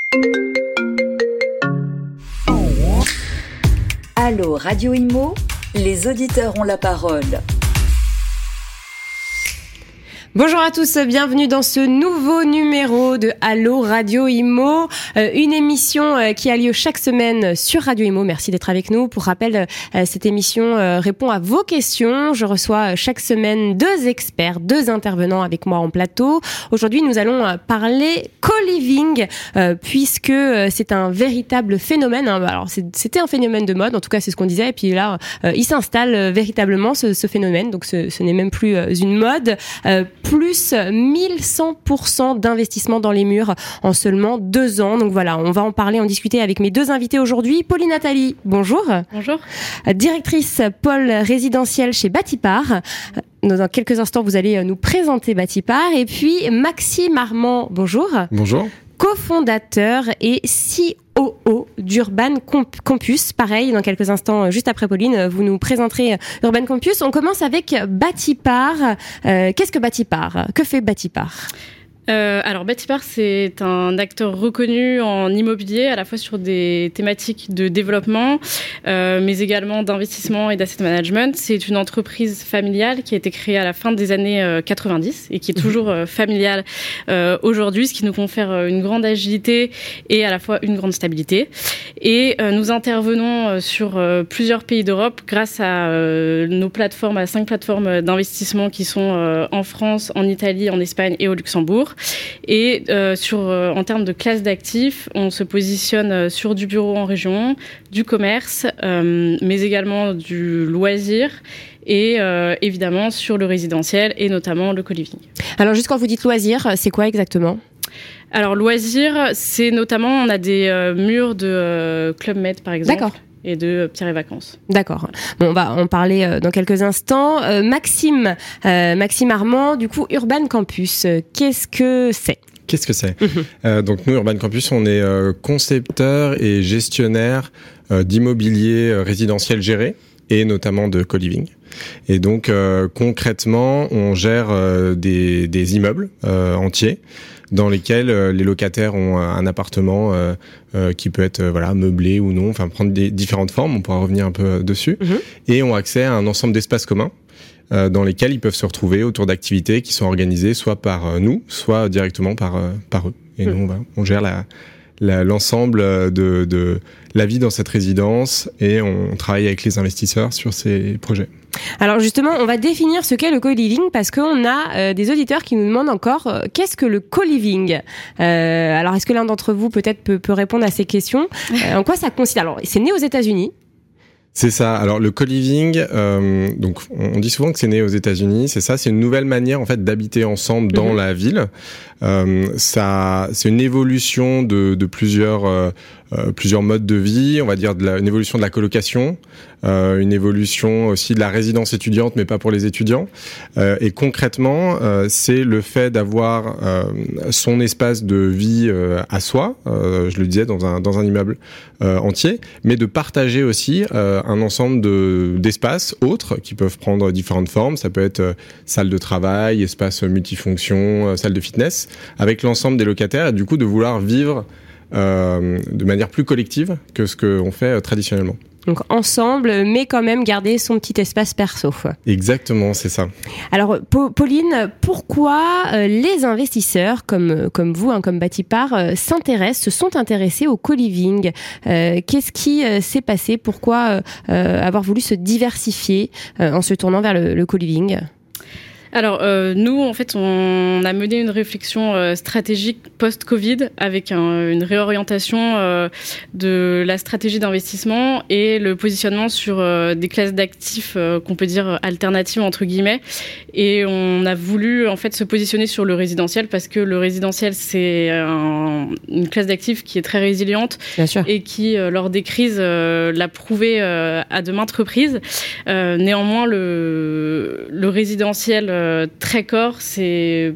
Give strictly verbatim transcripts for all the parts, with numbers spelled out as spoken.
Allo Radio Imo, les auditeurs ont la parole. Bonjour à tous, bienvenue dans ce nouveau numéro de Allo Radio Imo, euh, une émission euh, qui a lieu chaque semaine sur Radio Imo. Merci d'être avec nous. Pour rappel, euh, cette émission euh, répond à vos questions. Je reçois euh, chaque semaine deux experts, deux intervenants avec moi en plateau. Aujourd'hui, nous allons euh, parler co-living, euh, puisque euh, c'est un véritable phénomène. Hein. Alors, c'est, c'était un phénomène de mode, en tout cas, c'est ce qu'on disait. Et puis là, euh, il s'installe euh, véritablement ce, ce phénomène. Donc, ce, ce n'est même plus euh, une mode. Euh, plus mille cent pour cent d'investissement dans les murs en seulement deux ans. Donc voilà, on va en parler, en discuter avec mes deux invités aujourd'hui. Pauline Nathalie, bonjour. Bonjour. Directrice pôle résidentiel chez Batipart. Dans quelques instants, vous allez nous présenter Batipart. Et puis Maxime Armand, bonjour. Bonjour. Cofondateur et C O O d'Urban Campus. Pareil, dans quelques instants, juste après Pauline, vous nous présenterez Urban Campus. On commence avec Batipart. Euh, qu'est-ce que Batipart ? Que fait Batipart ? Euh, alors Batipart, c'est un acteur reconnu en immobilier, à la fois sur des thématiques de développement, euh, mais également d'investissement et d'asset management. C'est une entreprise familiale qui a été créée à la fin des années euh, quatre-vingt-dix et qui est toujours euh, familiale euh, aujourd'hui, ce qui nous confère euh, une grande agilité et à la fois une grande stabilité. Et euh, nous intervenons euh, sur euh, plusieurs pays d'Europe grâce à euh, nos plateformes, à cinq plateformes d'investissement qui sont euh, en France, en Italie, en Espagne et au Luxembourg. Et euh, sur, euh, en termes de classe d'actifs, on se positionne euh, sur du bureau en région, du commerce, euh, mais également du loisir et euh, évidemment sur le résidentiel et notamment le co-living. Alors juste quand vous dites loisir, c'est quoi exactement ? Alors loisir, c'est notamment, on a des euh, murs de euh, Club Med par exemple. D'accord. Et de Pierre et Vacances. D'accord. Bon, on va en parler euh, dans quelques instants. Euh, Maxime, euh, Maxime Armand, du coup, Urban Campus, euh, qu'est-ce que c'est ? Qu'est-ce que c'est ? euh, Donc nous, Urban Campus, on est euh, concepteur et gestionnaire euh, d'immobilier euh, résidentiel géré et notamment de co-living. Et donc euh, concrètement, on gère euh, des, des immeubles euh, entiers dans lesquels euh, les locataires ont un appartement euh, euh, qui peut être euh, voilà meublé ou non, enfin prendre des différentes formes, on pourra revenir un peu dessus, mmh. et ont accès à un ensemble d'espaces communs euh, dans lesquels ils peuvent se retrouver autour d'activités qui sont organisées soit par euh, nous, soit directement par euh, par eux. Et mmh. nous, on, va, on gère la, la, l'ensemble de, de la vie dans cette résidence et on travaille avec les investisseurs sur ces projets. Alors justement, on va définir ce qu'est le co-living parce qu'on a euh, des auditeurs qui nous demandent encore euh, qu'est-ce que le co-living. Euh, alors est-ce que l'un d'entre vous peut-être peut, peut répondre à ces questions ? euh, En quoi ça consiste ? Alors c'est né aux États-Unis. C'est ça. Alors le co-living, euh, donc on dit souvent que c'est né aux États-Unis. C'est ça. C'est une nouvelle manière en fait d'habiter ensemble dans mmh. la ville. Euh, ça, c'est une évolution de, de plusieurs euh, euh, plusieurs modes de vie. On va dire de la, une évolution de la colocation, euh, une évolution aussi de la résidence étudiante, mais pas pour les étudiants. Euh, et concrètement, euh, c'est le fait d'avoir euh, son espace de vie euh, à soi. Euh, je le disais dans un dans un immeuble euh, entier, mais de partager aussi euh, un ensemble de d'espaces autres qui peuvent prendre différentes formes. Ça peut être euh, salle de travail, espace multifonction, euh, salle de fitness, avec l'ensemble des locataires, et du coup de vouloir vivre euh, de manière plus collective que ce qu'on fait euh, traditionnellement. Donc ensemble, mais quand même garder son petit espace perso. Exactement, c'est ça. Alors pa- Pauline, pourquoi euh, les investisseurs comme comme vous, hein, comme Batipart, euh, s'intéressent, se sont intéressés au co-living ? euh, Qu'est-ce qui euh, s'est passé ? Pourquoi euh, avoir voulu se diversifier euh, en se tournant vers le, le co-living ? Alors euh, nous, en fait, on a mené une réflexion euh, stratégique post-Covid avec un, une réorientation euh, de la stratégie d'investissement et le positionnement sur euh, des classes d'actifs euh, qu'on peut dire alternatives entre guillemets. Et on a voulu en fait se positionner sur le résidentiel parce que le résidentiel c'est un, une classe d'actifs qui est très résiliente et qui euh, lors des crises euh, l'a prouvé euh, à de maintes reprises. Euh, néanmoins, le, le résidentiel très corps, c'est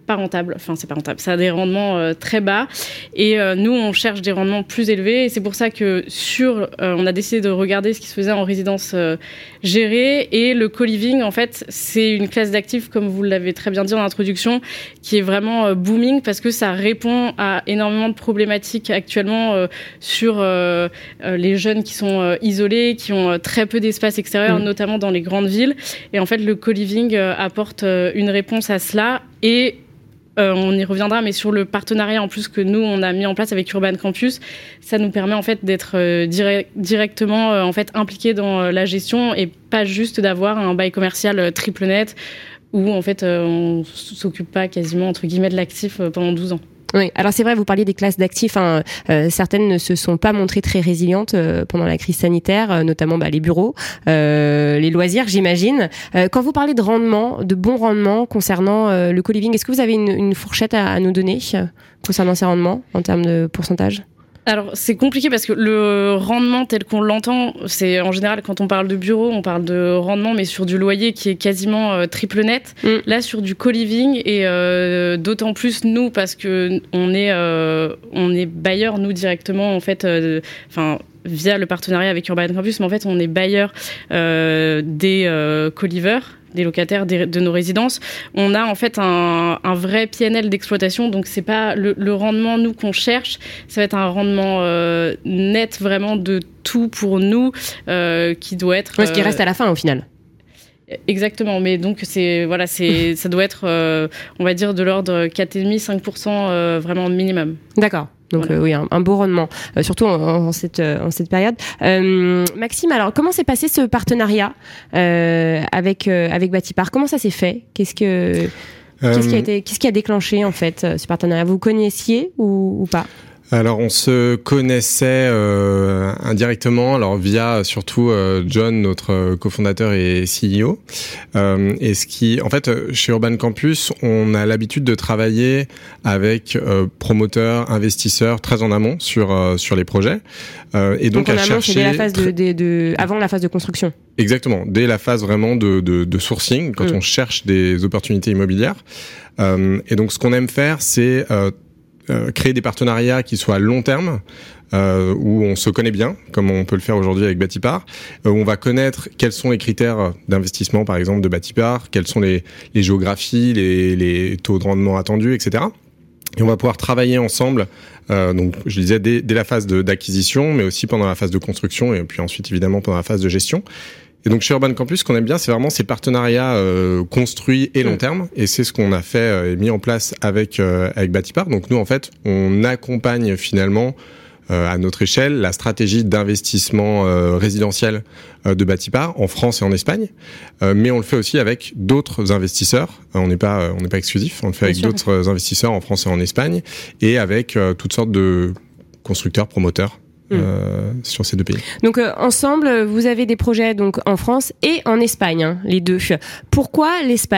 pas rentable. Enfin, c'est pas rentable. Ça a des rendements euh, très bas. Et euh, nous, on cherche des rendements plus élevés. Et c'est pour ça que sur, euh, on a décidé de regarder ce qui se faisait en résidence euh, gérée. Et le co-living, en fait, c'est une classe d'actifs, comme vous l'avez très bien dit en introduction, qui est vraiment euh, booming parce que ça répond à énormément de problématiques actuellement euh, sur euh, euh, les jeunes qui sont euh, isolés, qui ont euh, très peu d'espace extérieur, mmh. notamment dans les grandes villes. Et en fait, le co-living euh, apporte euh, une réponse à cela. Et euh, on y reviendra, mais sur le partenariat en plus que nous on a mis en place avec Urban Campus, ça nous permet en fait d'être euh, direct, directement euh, en fait impliqués dans euh, la gestion et pas juste d'avoir un bail commercial euh, triple net où en fait euh, on s'occupe pas quasiment entre guillemets de l'actif euh, pendant douze ans. Oui, alors c'est vrai, vous parliez des classes d'actifs. Hein, euh, certaines ne se sont pas montrées très résilientes euh, pendant la crise sanitaire, euh, notamment bah, les bureaux, euh, les loisirs, j'imagine. Euh, quand vous parlez de rendement, de bons rendements concernant euh, le co-living, est-ce que vous avez une, une fourchette à, à nous donner euh, concernant ces rendements en termes de pourcentage ? Alors, c'est compliqué parce que le rendement tel qu'on l'entend, c'est en général quand on parle de bureau, on parle de rendement, mais sur du loyer qui est quasiment euh, triple net. Mm. Là, sur du co-living, et euh, d'autant plus nous, parce que on est, euh, on est bailleur, nous, directement, en fait, enfin, euh, via le partenariat avec Urban Campus, mais en fait, on est bailleur euh, des euh, co-livers, des locataires des, de nos résidences. On a en fait un, un vrai P N L d'exploitation, donc c'est pas le, le rendement nous qu'on cherche, ça va être un rendement euh, net vraiment de tout pour nous euh, qui doit être ouais, ce qui reste à la fin au final. Exactement, mais donc c'est voilà, c'est ça doit être euh, on va dire de l'ordre quatre virgule cinq à cinq pour cent euh, vraiment minimum. D'accord. Donc voilà. euh, oui, un, un beau rendement, euh, surtout en, en, cette, en cette période. Euh, Maxime, alors comment s'est passé ce partenariat euh, avec euh, avec Batipart ? Comment ça s'est fait ? Qu'est-ce que euh... qu'est-ce qui a été, qu'est-ce qui a déclenché en fait ce partenariat ? Vous connaissiez ou, ou pas ? Alors on se connaissait euh, indirectement, alors via surtout euh, John, notre cofondateur et C E O. Euh, et ce qui, en fait, chez Urban Campus, on a l'habitude de travailler avec euh, promoteurs, investisseurs très en amont sur euh, sur les projets. Euh, et donc, donc en à amont, chercher c'est dès la phase de, de, de avant la phase de construction. Exactement, dès la phase vraiment de de, de sourcing, quand mmh. on cherche des opportunités immobilières. Euh, et donc ce qu'on aime faire, c'est euh, Euh, créer des partenariats qui soient à long terme, euh, où on se connaît bien, comme on peut le faire aujourd'hui avec Batipart, euh, où on va connaître quels sont les critères d'investissement, par exemple, de Batipart, quelles sont les, les géographies, les, les taux de rendement attendus, et cetera. Et on va pouvoir travailler ensemble, euh, donc je disais, dès, dès la phase de, d'acquisition, mais aussi pendant la phase de construction, et puis ensuite, évidemment, pendant la phase de gestion. Et donc chez Urban Campus, ce qu'on aime bien, c'est vraiment ces partenariats euh, construits et long terme, et c'est ce qu'on a fait euh, et mis en place avec euh, avec Batipart. Donc nous, en fait, on accompagne finalement euh, à notre échelle la stratégie d'investissement euh, résidentiel euh, de Batipart en France et en Espagne, euh, mais on le fait aussi avec d'autres investisseurs. Euh, on n'est pas euh, on n'est pas exclusif, on le fait bien avec sûr. D'autres investisseurs en France et en Espagne, et avec euh, toutes sortes de constructeurs, promoteurs. Euh, mmh. sur ces deux pays. Donc euh, ensemble, vous avez des projets donc en France et en Espagne, hein, les deux. Pourquoi l'Espagne ?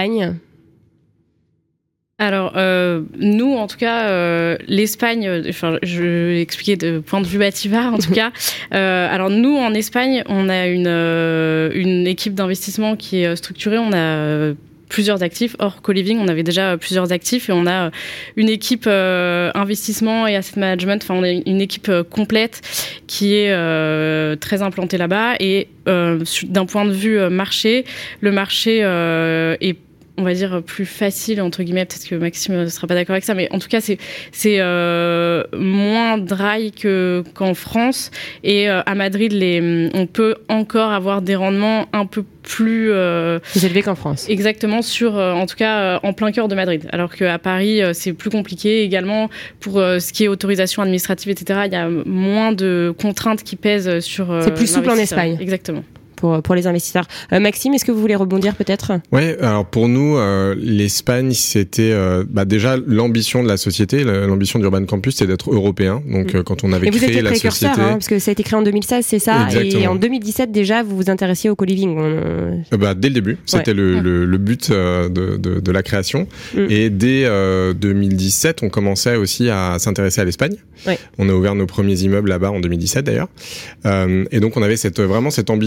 Alors, euh, nous, en tout cas, euh, l'Espagne, enfin, je vais expliquer de point de vue Batipart, en tout cas. Euh, alors, nous, en Espagne, on a une, euh, une équipe d'investissement qui est structurée. On a euh, plusieurs actifs. Hors co-living, on avait déjà plusieurs actifs et on a une équipe euh, investissement et asset management. Enfin, on a une équipe euh, complète qui est euh, très implantée là-bas. Et euh, d'un point de vue euh, marché, le marché euh, est on va dire plus facile entre guillemets, peut-être que Maxime ne sera pas d'accord avec ça, mais en tout cas c'est c'est euh, moins dry que qu'en France, et euh, à Madrid les on peut encore avoir des rendements un peu plus euh, plus élevés qu'en France. Exactement, sur euh, en tout cas euh, en plein cœur de Madrid, alors qu'à Paris euh, c'est plus compliqué également pour euh, ce qui est autorisation administrative, et cetera. Il y a moins de contraintes qui pèsent sur euh, c'est plus souple en Espagne. Exactement. Pour, pour les investisseurs. Euh, Maxime, est-ce que vous voulez rebondir peut-être ? Ouais, alors pour nous, euh, l'Espagne, c'était euh, bah déjà l'ambition de la société, l'ambition d'Urban Campus, c'est d'être européen. Donc mmh. euh, quand on avait et créé vous étiez la société, hein, parce que ça a été créé en deux mille seize, c'est ça ? Exactement. Et en deux mille dix-sept déjà, vous vous intéressiez au co-living. On... Euh, bah dès le début, c'était ouais. le, mmh. le, le but euh, de, de, de la création. Mmh. Et dès euh, deux mille dix-sept, on commençait aussi à s'intéresser à l'Espagne. Ouais. On a ouvert nos premiers immeubles là-bas en deux mille dix-sept d'ailleurs. Euh, et donc on avait cette vraiment cette ambition de construire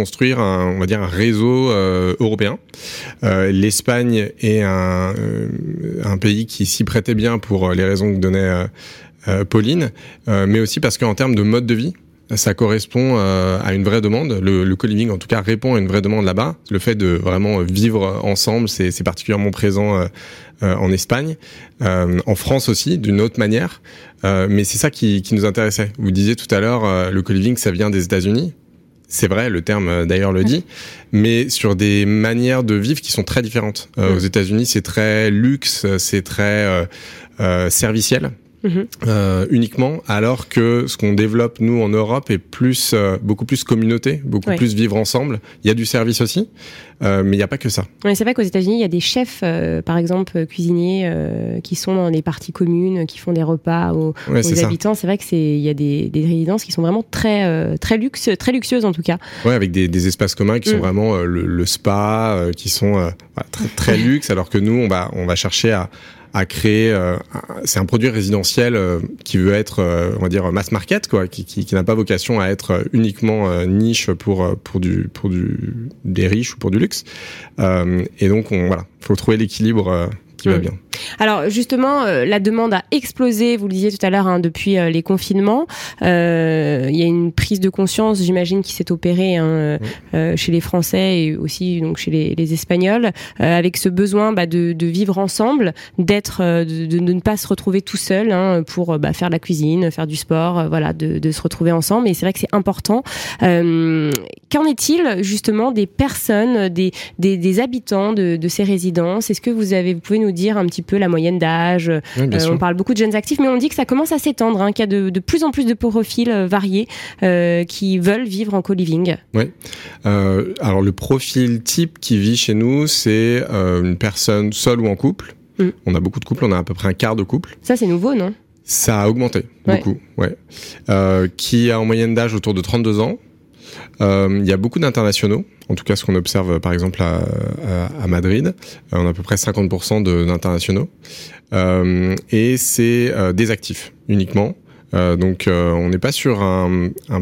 construire un, on va dire un réseau euh, européen. Euh, L'Espagne est un, euh, un pays qui s'y prêtait bien pour les raisons que donnait euh, euh, Pauline, euh, mais aussi parce qu'en termes de mode de vie, ça correspond euh, à une vraie demande. Le, le co-living, en tout cas, répond à une vraie demande là-bas. Le fait de vraiment vivre ensemble, c'est, c'est particulièrement présent euh, euh, en Espagne, euh, en France aussi, d'une autre manière. Euh, mais c'est ça qui, qui nous intéressait. Vous disiez tout à l'heure, euh, le co-living, ça vient des États-Unis. C'est vrai, le terme d'ailleurs le dit, mais sur des manières de vivre qui sont très différentes. Euh, aux États-Unis, c'est très luxe, c'est très euh, euh, serviciel. Mmh. Euh, uniquement, alors que ce qu'on développe nous en Europe est plus euh, beaucoup plus communauté, beaucoup ouais. plus vivre ensemble. Il y a du service aussi, euh, mais il n'y a pas que ça. Ouais, c'est vrai qu'aux États-Unis, il y a des chefs, euh, par exemple cuisiniers, euh, qui sont dans des parties communes, qui font des repas aux, ouais, aux habitants. Ça. C'est vrai que c'est il y a des, des résidences qui sont vraiment très euh, très luxe, très luxueuses en tout cas. Ouais, avec des, des espaces communs qui mmh. sont vraiment euh, le, le spa, euh, qui sont euh, voilà, très très luxe, alors que nous on va on va chercher à à créer, euh, c'est un produit résidentiel euh, qui veut être, euh, on va dire, mass market, quoi, qui, qui, qui n'a pas vocation à être uniquement euh, niche pour pour du pour du des riches ou pour du luxe. Euh, et donc, on voilà, faut trouver l'équilibre euh, qui mmh. va bien. Alors justement, euh, la demande a explosé, vous le disiez tout à l'heure, hein, depuis euh, les confinements. Euh, il y a une prise de conscience, j'imagine, qui s'est opérée hein, oui. euh, chez les Français et aussi donc chez les, les Espagnols, euh, avec ce besoin bah, de, de vivre ensemble, d'être, euh, de, de, de ne pas se retrouver tout seul hein, pour bah, faire de la cuisine, faire du sport, euh, voilà, de, de se retrouver ensemble. Et c'est vrai que c'est important. Euh, qu'en est-il justement des personnes, des, des, des habitants de, de ces résidences ? Est-ce que vous avez, vous pouvez nous dire un petit peu la moyenne d'âge, oui, euh, on parle beaucoup de jeunes actifs, mais on dit que ça commence à s'étendre, hein, qu'il y a de, de plus en plus de profils euh, variés euh, qui veulent vivre en co-living. Oui. Euh, alors le profil type qui vit chez nous, c'est euh, une personne seule ou en couple. Mm. On a beaucoup de couples, on a à peu près un quart de couples. Ça c'est nouveau, non ? Ça a augmenté ouais. beaucoup, ouais. Euh, qui a en moyenne d'âge autour de trente-deux ans. Euh, il y a beaucoup d'internationaux, en tout cas ce qu'on observe par exemple à, à, à Madrid, on a à peu près cinquante pour cent de, d'internationaux, euh, et c'est euh, des actifs uniquement, euh, donc euh, on n'est pas sur un, un,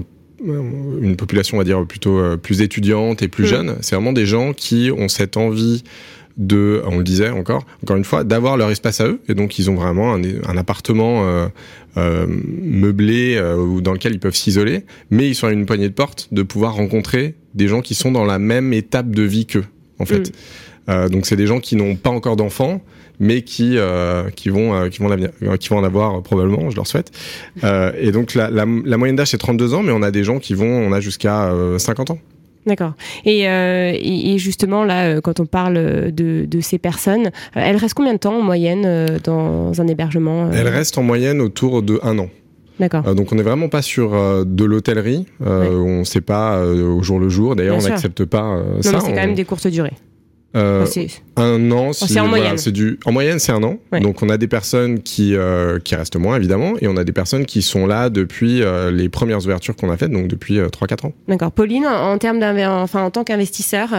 une population on va dire plutôt euh, plus étudiante et plus mmh. jeune, c'est vraiment des gens qui ont cette envie de, on le disait encore, encore une fois, d'avoir leur espace à eux, et donc ils ont vraiment un, un appartement euh, euh, meublé euh, dans lequel ils peuvent s'isoler, mais ils sont à une poignée de porte de pouvoir rencontrer des gens qui sont dans la même étape de vie qu'eux, en fait. Mmh. Euh, donc c'est des gens qui n'ont pas encore d'enfants, mais qui euh, qui vont euh, qui vont l'avenir, qui vont en avoir euh, probablement, je leur souhaite. Euh, et donc la, la, la moyenne d'âge c'est trente-deux ans, mais on a des gens qui vont, on a jusqu'à euh, cinquante ans. D'accord. Et, euh, et justement, là, quand on parle de, de ces personnes, elles restent combien de temps en moyenne dans un hébergement ? Elles restent en moyenne autour de un an. D'accord. Euh, donc on n'est vraiment pas sur euh, de l'hôtellerie. Euh, ouais. On ne sait pas euh, au jour le jour. D'ailleurs, Bien on n'accepte pas euh, non, ça. Non, mais c'est on... quand même des courtes durées. Euh, c'est... Un an, si, c'est en voilà, moyenne. C'est du, en moyenne, c'est un an. Ouais. Donc, on a des personnes qui euh, qui restent moins, évidemment, et on a des personnes qui sont là depuis euh, les premières ouvertures qu'on a faites, donc depuis euh, trois quatre ans. D'accord. Pauline, en termes enfin en tant qu'investisseur,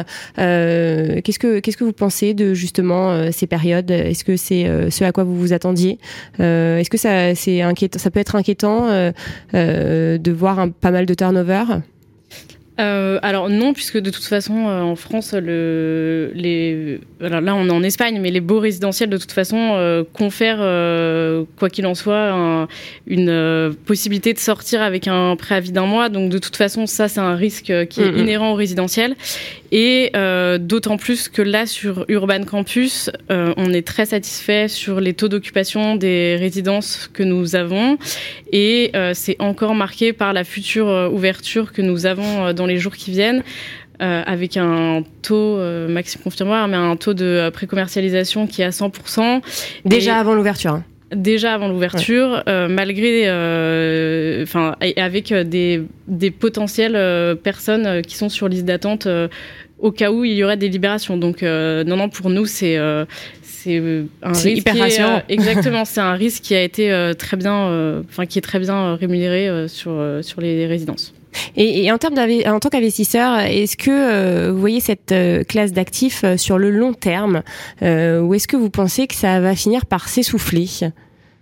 euh, qu'est-ce que qu'est-ce que vous pensez de justement euh, ces périodes ? Est-ce que c'est euh, ce à quoi vous vous attendiez ? euh, Est-ce que ça c'est inquiétant, ça peut être inquiétant euh, euh, de voir un, pas mal de turnover ? Euh, alors non, puisque de toute façon euh, en France, le, les, alors là on est en Espagne, mais les baux résidentiels de toute façon euh, confèrent, euh, quoi qu'il en soit, un, une euh, possibilité de sortir avec un préavis d'un mois. Donc de toute façon, ça c'est un risque qui est mmh. inhérent au résidentiel. Et euh, d'autant plus que là sur Urban Campus, euh, on est très satisfait sur les taux d'occupation des résidences que nous avons, et euh, c'est encore marqué par la future euh, ouverture que nous avons euh, dans les jours qui viennent, euh, avec un taux, euh, Maxime confirmera, mais un taux de euh, pré-commercialisation qui est à cent pour cent. Déjà et avant l'ouverture hein. Déjà avant l'ouverture, ouais. euh, malgré, enfin, euh, avec des, des potentielles euh, personnes qui sont sur liste d'attente euh, au cas où il y aurait des libérations. Donc, euh, non, non, pour nous, c'est, euh, c'est un c'est risque. Hyper qui rassurant. Est, euh, exactement, c'est un risque qui a été euh, très bien, enfin, euh, qui est très bien rémunéré euh, sur euh, sur les résidences. Et, et en termes en tant qu'investisseur, est-ce que euh, vous voyez cette euh, classe d'actifs euh, sur le long terme, euh, ou est-ce que vous pensez que ça va finir par s'essouffler ?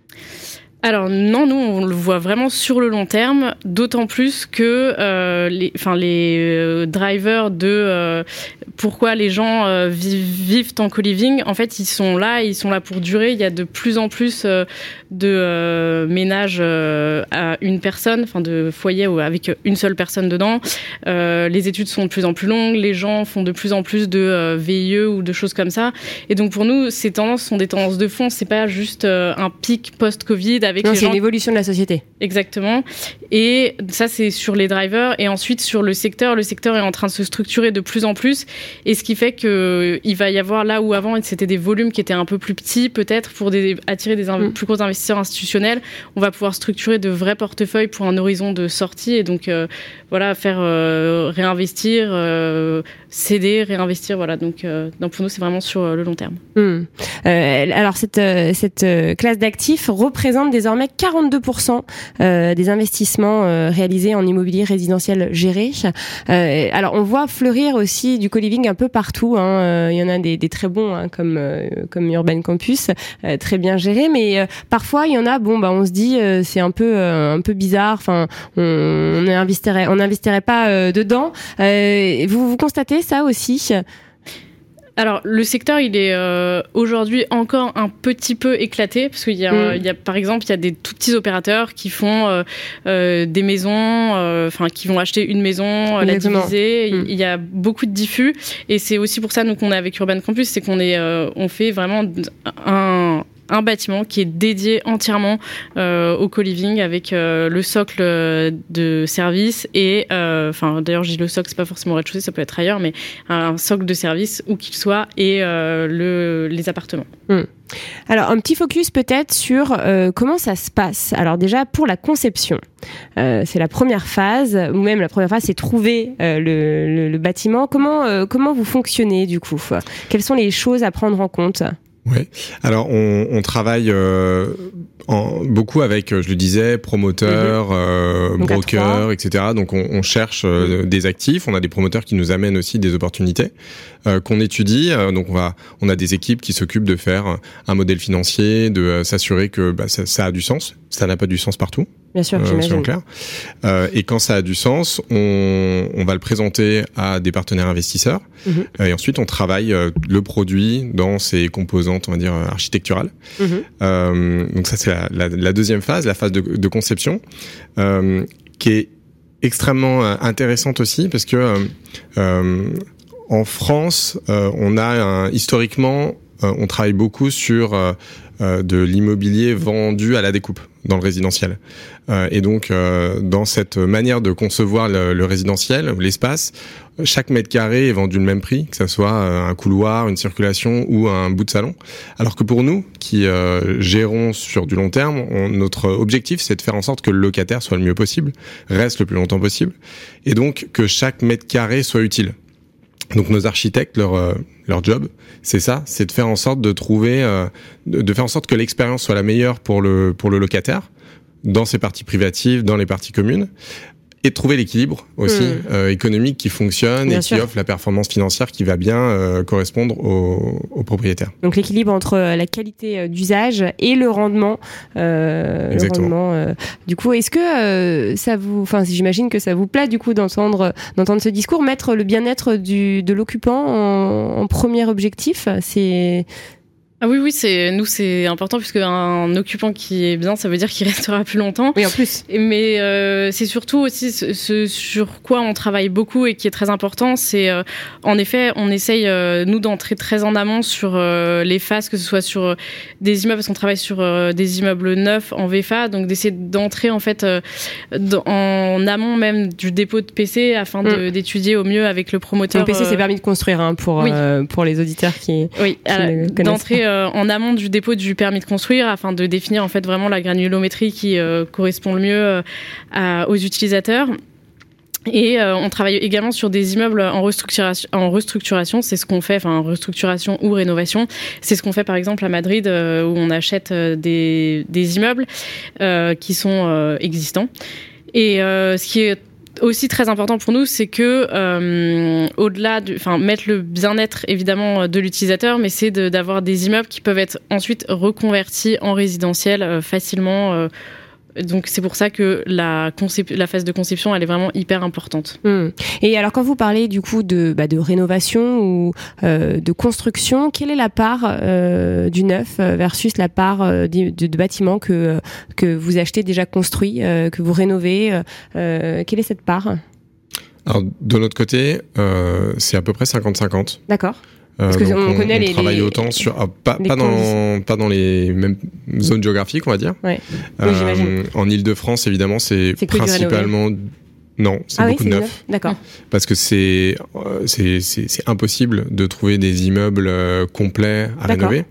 Alors non, nous on le voit vraiment sur le long terme, d'autant plus que euh, les, enfin les euh, drivers de euh, pourquoi les gens euh, vivent, vivent en co-living, en fait ils sont là, ils sont là pour durer. Il y a de plus en plus euh, de euh, ménages euh, à une personne, enfin de foyers avec une seule personne dedans. Euh, les études sont de plus en plus longues, les gens font de plus en plus de euh, V I E ou de choses comme ça. Et donc pour nous, ces tendances sont des tendances de fond. C'est pas juste euh, un pic post-Covid. Avec non, les c'est gens... une évolution de la société. Exactement. Et ça, c'est sur les drivers. Et ensuite, sur le secteur, le secteur est en train de se structurer de plus en plus. Et ce qui fait qu'il va y avoir là où avant, c'était des volumes qui étaient un peu plus petits, peut-être pour des, attirer des mm. plus gros investisseurs institutionnels. On va pouvoir structurer de vrais portefeuilles pour un horizon de sortie. Et donc, euh, voilà, faire euh, réinvestir, euh, céder, réinvestir. Voilà. Donc, euh, donc, pour nous, c'est vraiment sur euh, le long terme. Mm. Euh, alors, cette, euh, cette euh, classe d'actifs représente désormais quarante-deux pour cent euh, des investissements euh, réalisés en immobilier résidentiel géré. Euh, alors, on voit fleurir aussi du co-living un peu partout. Hein. Euh, il y en a des, des très bons, hein, comme euh, comme Urban Campus, euh, très bien gérés. Mais euh, parfois, il y en a. Bon, bah, on se dit, euh, c'est un peu euh, un peu bizarre. Enfin, on n'investirait on n'investirait pas euh, dedans. Euh, vous vous constatez ça aussi? Alors, le secteur, il est euh, aujourd'hui encore un petit peu éclaté, parce qu'il y a, mmh. il y a, par exemple, il y a des tout petits opérateurs qui font euh, euh, des maisons, enfin, euh, qui vont acheter une maison, la diviser. Mmh. Il y a beaucoup de diffus, et c'est aussi pour ça, nous, qu'on est avec Urban Campus, c'est qu'on est, euh, on fait vraiment un un bâtiment qui est dédié entièrement euh, au co-living avec euh, le socle de service et enfin euh, d'ailleurs je dis le socle, c'est pas forcément au rez-de-chaussée, ça peut être ailleurs, mais un socle de service où qu'il soit et euh, le, les appartements. Mmh. Alors un petit focus peut-être sur euh, comment ça se passe. Alors déjà pour la conception, euh, c'est la première phase, ou même la première phase c'est trouver euh, le, le, le bâtiment. Comment, euh, comment vous fonctionnez du coup? Quelles sont les choses à prendre en compte? Oui, alors on, on travaille euh, en, beaucoup avec, je le disais, promoteurs, euh, brokers, et cetera. Donc on, on cherche euh, des actifs, on a des promoteurs qui nous amènent aussi des opportunités euh, qu'on étudie. Euh, donc on va, on a des équipes qui s'occupent de faire un modèle financier, de euh, s'assurer que bah, ça, ça a du sens. Ça n'a pas du sens partout. Bien sûr, euh, j'imagine. Clair. Euh, et quand ça a du sens, on, on va le présenter à des partenaires investisseurs. Mm-hmm. Euh, et ensuite, on travaille euh, le produit dans ses composantes, on va dire, architecturales. Mm-hmm. Euh, donc ça, c'est la, la, la deuxième phase, la phase de, de conception, euh, qui est extrêmement euh, intéressante aussi parce que euh, euh, en France, euh, on a un, historiquement, euh, on travaille beaucoup sur euh, euh, de l'immobilier vendu à la découpe dans le résidentiel. Euh, et donc, euh, dans cette manière de concevoir le, le résidentiel, l'espace, chaque mètre carré est vendu le même prix, que ça soit un couloir, une circulation ou un bout de salon. Alors que pour nous, qui euh, gérons sur du long terme, on, notre objectif, c'est de faire en sorte que le locataire soit le mieux possible, reste le plus longtemps possible, et donc que chaque mètre carré soit utile. Donc nos architectes, leur euh, leur job, c'est ça, c'est de faire en sorte de trouver, euh, de, de faire en sorte que l'expérience soit la meilleure pour le pour le locataire, dans ses parties privatives, dans les parties communes, et de trouver l'équilibre aussi mmh. euh, économique qui fonctionne bien et sûr. Qui offre la performance financière qui va bien euh, correspondre aux, aux propriétaires. Donc l'équilibre entre la qualité d'usage et le rendement. Euh, Exactement. Le rendement, euh, du coup, est-ce que euh, ça vous, enfin, j'imagine que ça vous plaît du coup d'entendre d'entendre ce discours, mettre le bien-être du de l'occupant en, en premier objectif, c'est Ah oui, oui, c'est, nous, c'est important puisque un occupant qui est bien, ça veut dire qu'il restera plus longtemps. Oui, en plus. Mais euh, c'est surtout aussi ce, ce sur quoi on travaille beaucoup et qui est très important, c'est euh, en effet, on essaye, euh, nous, d'entrer très en amont sur euh, les phases, que ce soit sur euh, des immeubles, parce qu'on travaille sur euh, des immeubles neufs en V F A, donc d'essayer d'entrer en fait euh, en amont même du dépôt de P C afin de, mmh. d'étudier au mieux avec le promoteur. Le P C, c'est permis de construire hein, pour, oui. euh, pour les auditeurs qui, oui, qui alors, ne connaissent d'entrer, pas. Euh, en amont du dépôt du permis de construire afin de définir en fait vraiment la granulométrie qui euh, correspond le mieux euh, à, aux utilisateurs. Et euh, on travaille également sur des immeubles en restructuration. En restructuration, c'est ce qu'on fait, enfin en restructuration ou rénovation. C'est ce qu'on fait par exemple à Madrid euh, où on achète euh, des, des immeubles euh, qui sont euh, existants. Et euh, ce qui est aussi très important pour nous, c'est que euh, au-delà du, enfin mettre le bien-être évidemment de l'utilisateur, mais c'est de, d'avoir des immeubles qui peuvent être ensuite reconvertis en résidentiel euh, facilement. Euh, donc c'est pour ça que la, concep- la phase de conception, elle est vraiment hyper importante. Mmh. Et alors quand vous parlez du coup de, bah, de rénovation ou euh, de construction, quelle est la part euh, du neuf versus la part euh, de, de, de bâtiments que que vous achetez déjà construits, euh, que vous rénovez euh, quelle est cette part? Alors, de notre côté, euh, c'est à peu près cinquante cinquante. D'accord. Euh, Parce que donc on, on, connaît on les, travaille les, autant sur ah, pas, les pas dans pas dans les mêmes zones géographiques, on va dire. Ouais. Euh, Oui, j'imagine. en Île-de-France, évidemment, c'est, C'est que du principalement non, c'est ah beaucoup oui, de c'est neuf. D'accord. Parce que c'est euh, c'est c'est c'est impossible de trouver des immeubles euh, complets à D'accord. rénover.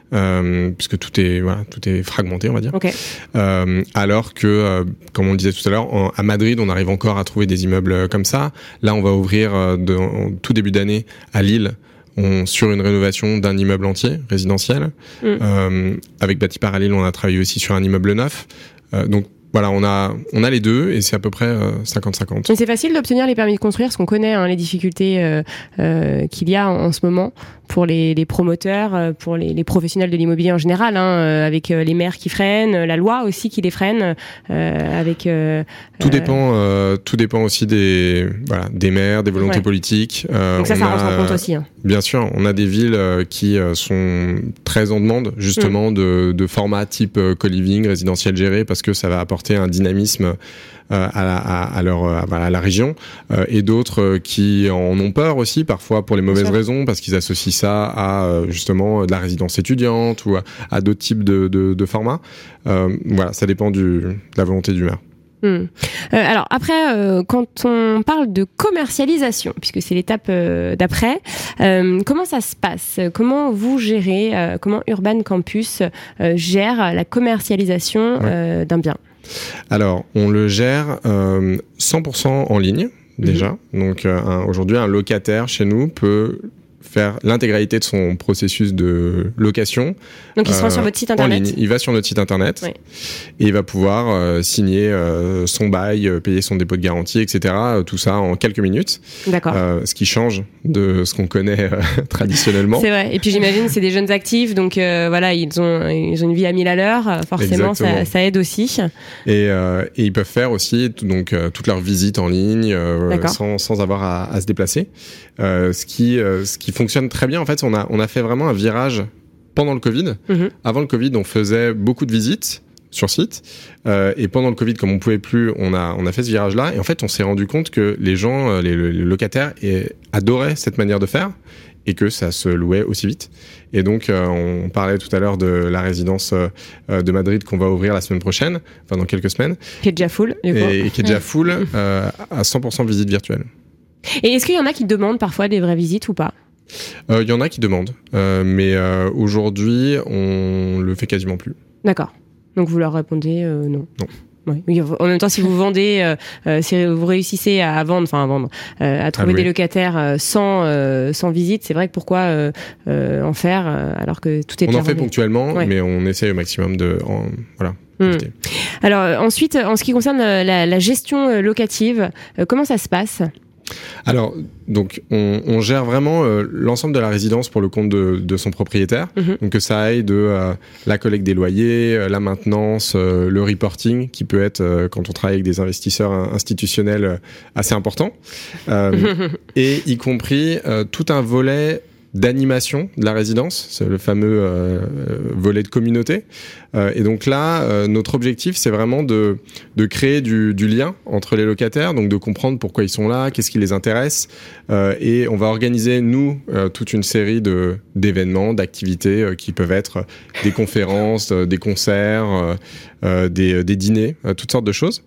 Euh, puisque tout est voilà, tout est fragmenté, on va dire. Ok. Euh, alors que, euh, comme on le disait tout à l'heure, en, à Madrid, on arrive encore à trouver des immeubles comme ça. Là, on va ouvrir euh, de, en tout début d'année à Lille, on, sur une rénovation d'un immeuble entier résidentiel. Mm. Euh, avec Batipar à Lille, on a travaillé aussi sur un immeuble neuf. Euh, donc voilà, on a on a les deux et c'est à peu près euh, cinquante cinquante. Mais c'est facile d'obtenir les permis de construire, parce qu'on connaît hein, les difficultés euh, euh, qu'il y a en, en ce moment pour les, les promoteurs, pour les, les professionnels de l'immobilier en général, hein, euh, avec les maires qui freinent, la loi aussi qui les freine. Euh, avec euh, tout euh... dépend, euh, tout dépend aussi des voilà des maires, des volontés ouais. politiques. Euh, Donc ça, ça a, rentre en compte aussi. Hein. Bien sûr, on a des villes euh, qui euh, sont très en demande justement mmh. de, de format type euh, co-living, résidentiel géré, parce que ça va apporter un dynamisme euh, à, la, à, à leur à, à la région, euh, et d'autres euh, qui en ont peur aussi parfois pour les mauvaises raisons, parce qu'ils associent ça à euh, justement de la résidence étudiante ou à, à d'autres types de, de, de formats. Euh, voilà, ça dépend du, de la volonté du maire. Mmh. Euh, alors après, euh, quand on parle de commercialisation, puisque c'est l'étape euh, d'après, euh, comment ça se passe? Comment vous gérez, euh, comment Urban Campus euh, gère la commercialisation ouais. euh, d'un bien? Alors, on le gère euh, cent pour cent en ligne déjà. Mmh. Donc euh, un, aujourd'hui, un locataire chez nous peut faire l'intégralité de son processus de location. Donc il se rend euh, sur votre site internet. En ligne. Il va sur notre site internet oui. et il va pouvoir euh, signer euh, son bail, euh, payer son dépôt de garantie, et cetera. Euh, tout ça en quelques minutes. D'accord. Euh, ce qui change de ce qu'on connaît euh, traditionnellement. C'est vrai. Et puis j'imagine c'est des jeunes actifs, donc euh, voilà, ils ont ils ont une vie à mille à l'heure. Forcément, ça, ça aide aussi. Et, euh, et ils peuvent faire aussi donc euh, toute leur visite en ligne euh, sans sans avoir à, à se déplacer. Euh, ce qui euh, ce qui fonctionne très bien. En fait, on a on a fait vraiment un virage pendant le Covid. Mmh. Avant le Covid, on faisait beaucoup de visites sur site, euh, et pendant le Covid, comme on pouvait plus, on a on a fait ce virage-là. Et en fait, on s'est rendu compte que les gens, les, les locataires, et, adoraient cette manière de faire et que ça se louait aussi vite. Et donc, euh, on parlait tout à l'heure de la résidence euh, de Madrid qu'on va ouvrir la semaine prochaine, enfin dans quelques semaines, qui est déjà full, du coup. et, et qui est déjà full euh, à cent pour cent visite virtuelle. Et est-ce qu'il y en a qui demandent parfois des vraies visites ou pas? Il euh, y en a qui demandent, euh, mais euh, aujourd'hui, on le fait quasiment plus. D'accord. Donc vous leur répondez euh, non. Non. Ouais. Oui, en même temps, si vous vendez, euh, si vous réussissez à vendre, enfin à vendre, euh, à trouver ah, oui. des locataires euh, sans euh, sans visite, c'est vrai que pourquoi euh, euh, en faire euh, alors que tout est on déjà en fait vendu. Ponctuellement, ouais. mais on essaye au maximum de en, voilà. Mmh. Alors ensuite, en ce qui concerne la, la gestion locative, euh, comment ça se passe? Alors, donc, on, on gère vraiment euh, l'ensemble de la résidence pour le compte de, de son propriétaire. Mmh. Donc, que ça aille de euh, la collecte des loyers, euh, la maintenance, euh, le reporting, qui peut être, euh, quand on travaille avec des investisseurs institutionnels, euh, assez important. Euh, et y compris euh, tout un volet d'animation de la résidence, c'est le fameux euh, volet de communauté. Euh, et donc là, euh, notre objectif, c'est vraiment de, de créer du, du lien entre les locataires, donc de comprendre pourquoi ils sont là, qu'est-ce qui les intéresse. Euh, et on va organiser, nous, euh, toute une série de, d'événements, d'activités euh, qui peuvent être des conférences, euh, des concerts, euh, euh, des, des dîners, euh, toutes sortes de choses.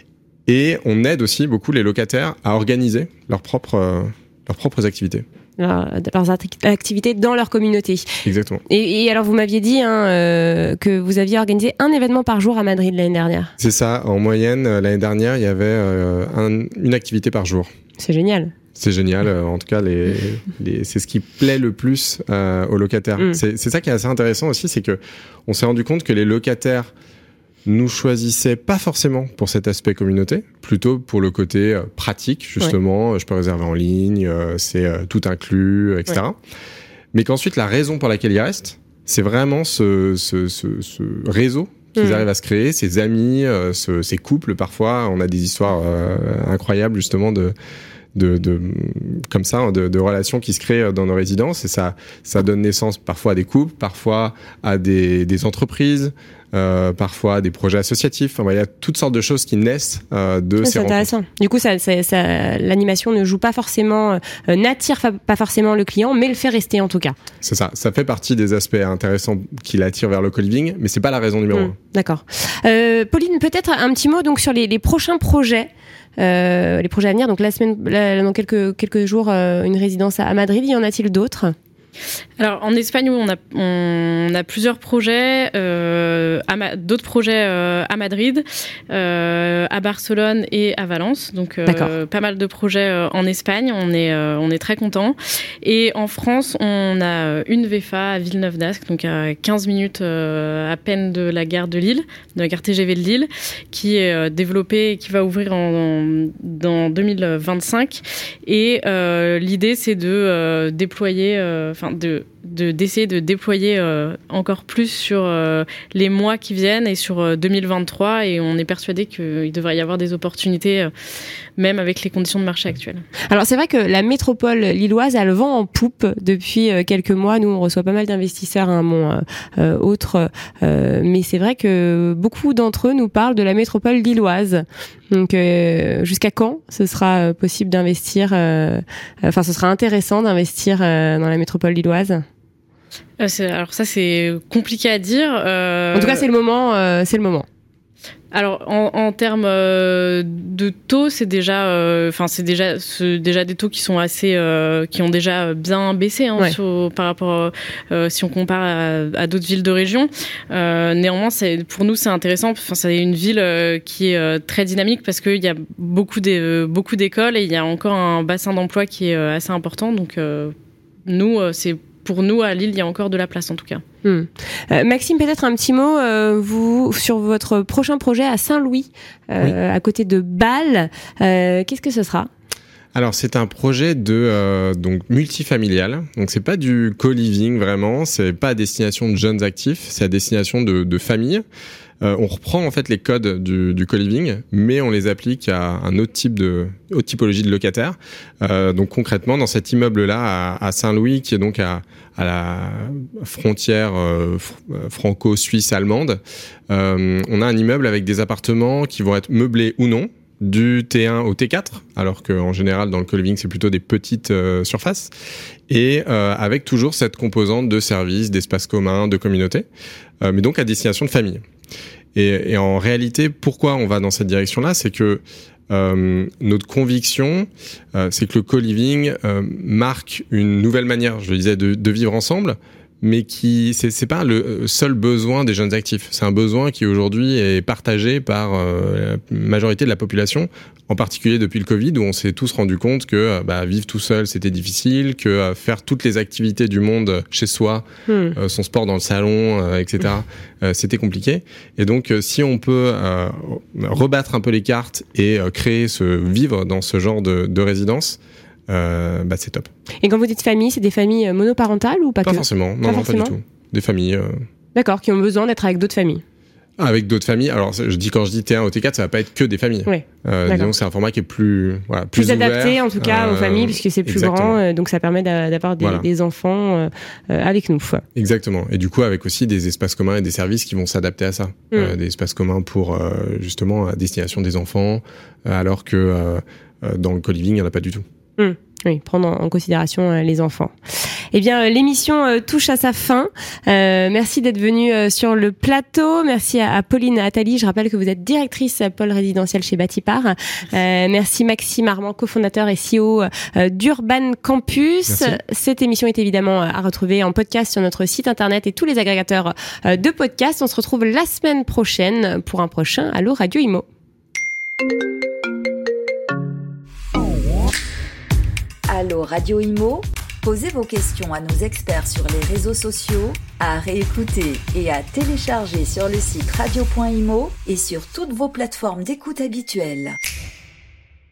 Et on aide aussi beaucoup les locataires à organiser leurs propres, euh, leurs propres activités. leurs activités dans leur communauté. Exactement. Et, et alors, vous m'aviez dit hein, euh, que vous aviez organisé un événement par jour à Madrid l'année dernière. C'est ça. En moyenne, l'année dernière, il y avait euh, un, une activité par jour. C'est génial. C'est génial. Euh, en tout cas, les, les, c'est ce qui plaît le plus euh, aux locataires. Mm. C'est, c'est ça qui est assez intéressant aussi, c'est que on s'est rendu compte que les locataires nous choisissaient pas forcément pour cet aspect communauté, plutôt pour le côté euh, pratique, justement. Ouais. Je peux réserver en ligne, euh, c'est euh, tout inclus, et cetera. Ouais. Mais qu'ensuite, la raison pour laquelle ils restent, c'est vraiment ce, ce, ce, ce réseau qu'ils mmh. arrivent à se créer, ces amis, euh, ce, ces couples. Parfois, on a des histoires euh, incroyables, justement, de... De, de comme ça de, de relations qui se créent dans nos résidences, et ça ça donne naissance parfois à des couples, parfois à des des entreprises, euh, parfois à des projets associatifs. Enfin, il y a toutes sortes de choses qui naissent euh, de ça, ces c'est rencontres. Intéressant. Du coup, ça, ça, ça l'animation ne joue pas forcément, euh, n'attire fa- pas forcément le client, mais le fait rester en tout cas. C'est ça. Ça fait partie des aspects intéressants qui l'attirent vers le co-living, mais c'est pas la raison numéro mmh, un. D'accord. Euh, Pauline, peut-être un petit mot donc sur les, les prochains projets. Euh, les projets à venir, donc la semaine, là, dans quelques quelques jours, euh, une résidence à, à Madrid. Y en a-t-il d'autres ? Alors en Espagne, on a on a plusieurs projets, euh, à Ma- d'autres projets euh, à Madrid, euh, à Barcelone et à Valence. Donc euh, pas mal de projets euh, en Espagne. On est euh, on est très contents. Et en France, on a une V F A à Villeneuve-d'Ascq, donc à quinze minutes euh, à peine de la gare de Lille, de la gare T G V de Lille, qui est euh, développée et qui va ouvrir en, en dans deux mille vingt-cinq. Et euh, l'idée, c'est de euh, déployer euh, De, de, d'essayer de déployer euh, encore plus sur euh, les mois qui viennent et sur euh, deux mille vingt-trois, et on est persuadé qu'il devrait y avoir des opportunités euh, même avec les conditions de marché actuelles. Alors c'est vrai que la métropole lilloise a le vent en poupe depuis euh, quelques mois. Nous on reçoit pas mal d'investisseurs, hein, bon, euh, euh, autres, euh, mais c'est vrai que beaucoup d'entre eux nous parlent de la métropole lilloise. Donc euh, jusqu'à quand ce sera possible d'investir, euh, enfin ce sera intéressant d'investir euh, dans la métropole lilloise? euh, c'est, Alors ça c'est compliqué à dire. Euh... En tout cas c'est le moment, euh, c'est le moment. Alors en, en termes euh, de taux, c'est déjà, enfin euh, c'est déjà, c'est déjà des taux qui sont assez, euh, qui ont déjà bien baissé hein, ouais. sur, par rapport, euh, si on compare à, à d'autres villes de région. Euh, néanmoins, c'est, pour nous, c'est intéressant. Enfin, c'est une ville euh, qui est euh, très dynamique parce qu'il y a beaucoup des, euh, beaucoup d'écoles et il y a encore un bassin d'emploi qui est euh, assez important. Donc euh, nous, euh, c'est pour nous, à Lille, il y a encore de la place, en tout cas. Hum. Euh, Maxime, peut-être un petit mot euh, vous, sur votre prochain projet à Saint-Louis, euh, oui. à côté de Bâle. Euh, qu'est-ce que ce sera ? Alors, c'est un projet de euh, donc multifamilial. Donc, c'est pas du co-living, vraiment. C'est pas à destination de jeunes actifs. C'est à destination de, de familles. Euh, on reprend en fait les codes du, du co-living, mais on les applique à un autre type de, autre typologie de locataires. Euh, donc concrètement, dans cet immeuble-là à, à Saint-Louis, qui est donc à, à la frontière euh, fr- franco-suisse-allemande, euh, on a un immeuble avec des appartements qui vont être meublés ou non, du T un au T quatre, alors qu'en général dans le co-living c'est plutôt des petites euh, surfaces, et euh, avec toujours cette composante de services, d'espaces communs, de communauté, euh, mais donc à destination de famille. Et, et en réalité, pourquoi on va dans cette direction-là, c'est que euh, notre conviction, euh, c'est que le co-living euh, marque une nouvelle manière, je le disais, de, de vivre ensemble, mais qui c'est c'est pas le seul besoin des jeunes actifs. C'est un besoin qui aujourd'hui est partagé par euh, la majorité de la population, en particulier depuis le Covid, où on s'est tous rendu compte que bah, vivre tout seul c'était difficile, que euh, faire toutes les activités du monde chez soi, mmh. euh, son sport dans le salon, euh, et cetera, mmh. euh, c'était compliqué. Et donc euh, si on peut euh, rebattre un peu les cartes et euh, créer ce vivre dans ce genre de, de résidence. Euh, bah c'est top. Et quand vous dites famille, c'est des familles monoparentales ou pas, pas que forcément, non, pas non, forcément. pas du tout. Des familles. Euh... D'accord, qui ont besoin d'être avec d'autres familles. Ah, avec d'autres familles. Alors, je dis quand je dis T un au T quatre, ça va pas être que des familles. Oui. Euh, disons que c'est un format qui est plus, voilà, plus, plus adapté ouvert, en tout cas euh, aux familles puisque c'est plus exactement. grand, euh, donc ça permet d'a- d'avoir des, voilà. des enfants euh, avec nous. Exactement. Et du coup, avec aussi des espaces communs et des services qui vont s'adapter à ça. Mm. Euh, des espaces communs pour euh, justement à destination des enfants, euh, alors que euh, dans le co-living, il y en a pas du tout. Mm. Oui, prendre en considération euh, les enfants. Eh bien, euh, l'émission euh, touche à sa fin. Euh, merci d'être venu euh, sur le plateau. Merci à, à Pauline Attali. Je rappelle que vous êtes directrice à pôle résidentiel chez Batipart. Euh, merci Maxime Armand, cofondateur et C E O euh, d'Urban Campus. Merci. Cette émission est évidemment à retrouver en podcast sur notre site internet et tous les agrégateurs euh, de podcasts. On se retrouve la semaine prochaine pour un prochain Allo Radio Imo. Allo Radio Imo, Posez vos questions à nos experts sur les réseaux sociaux, à réécouter et à télécharger sur le site radio point imo et sur toutes vos plateformes d'écoute habituelles.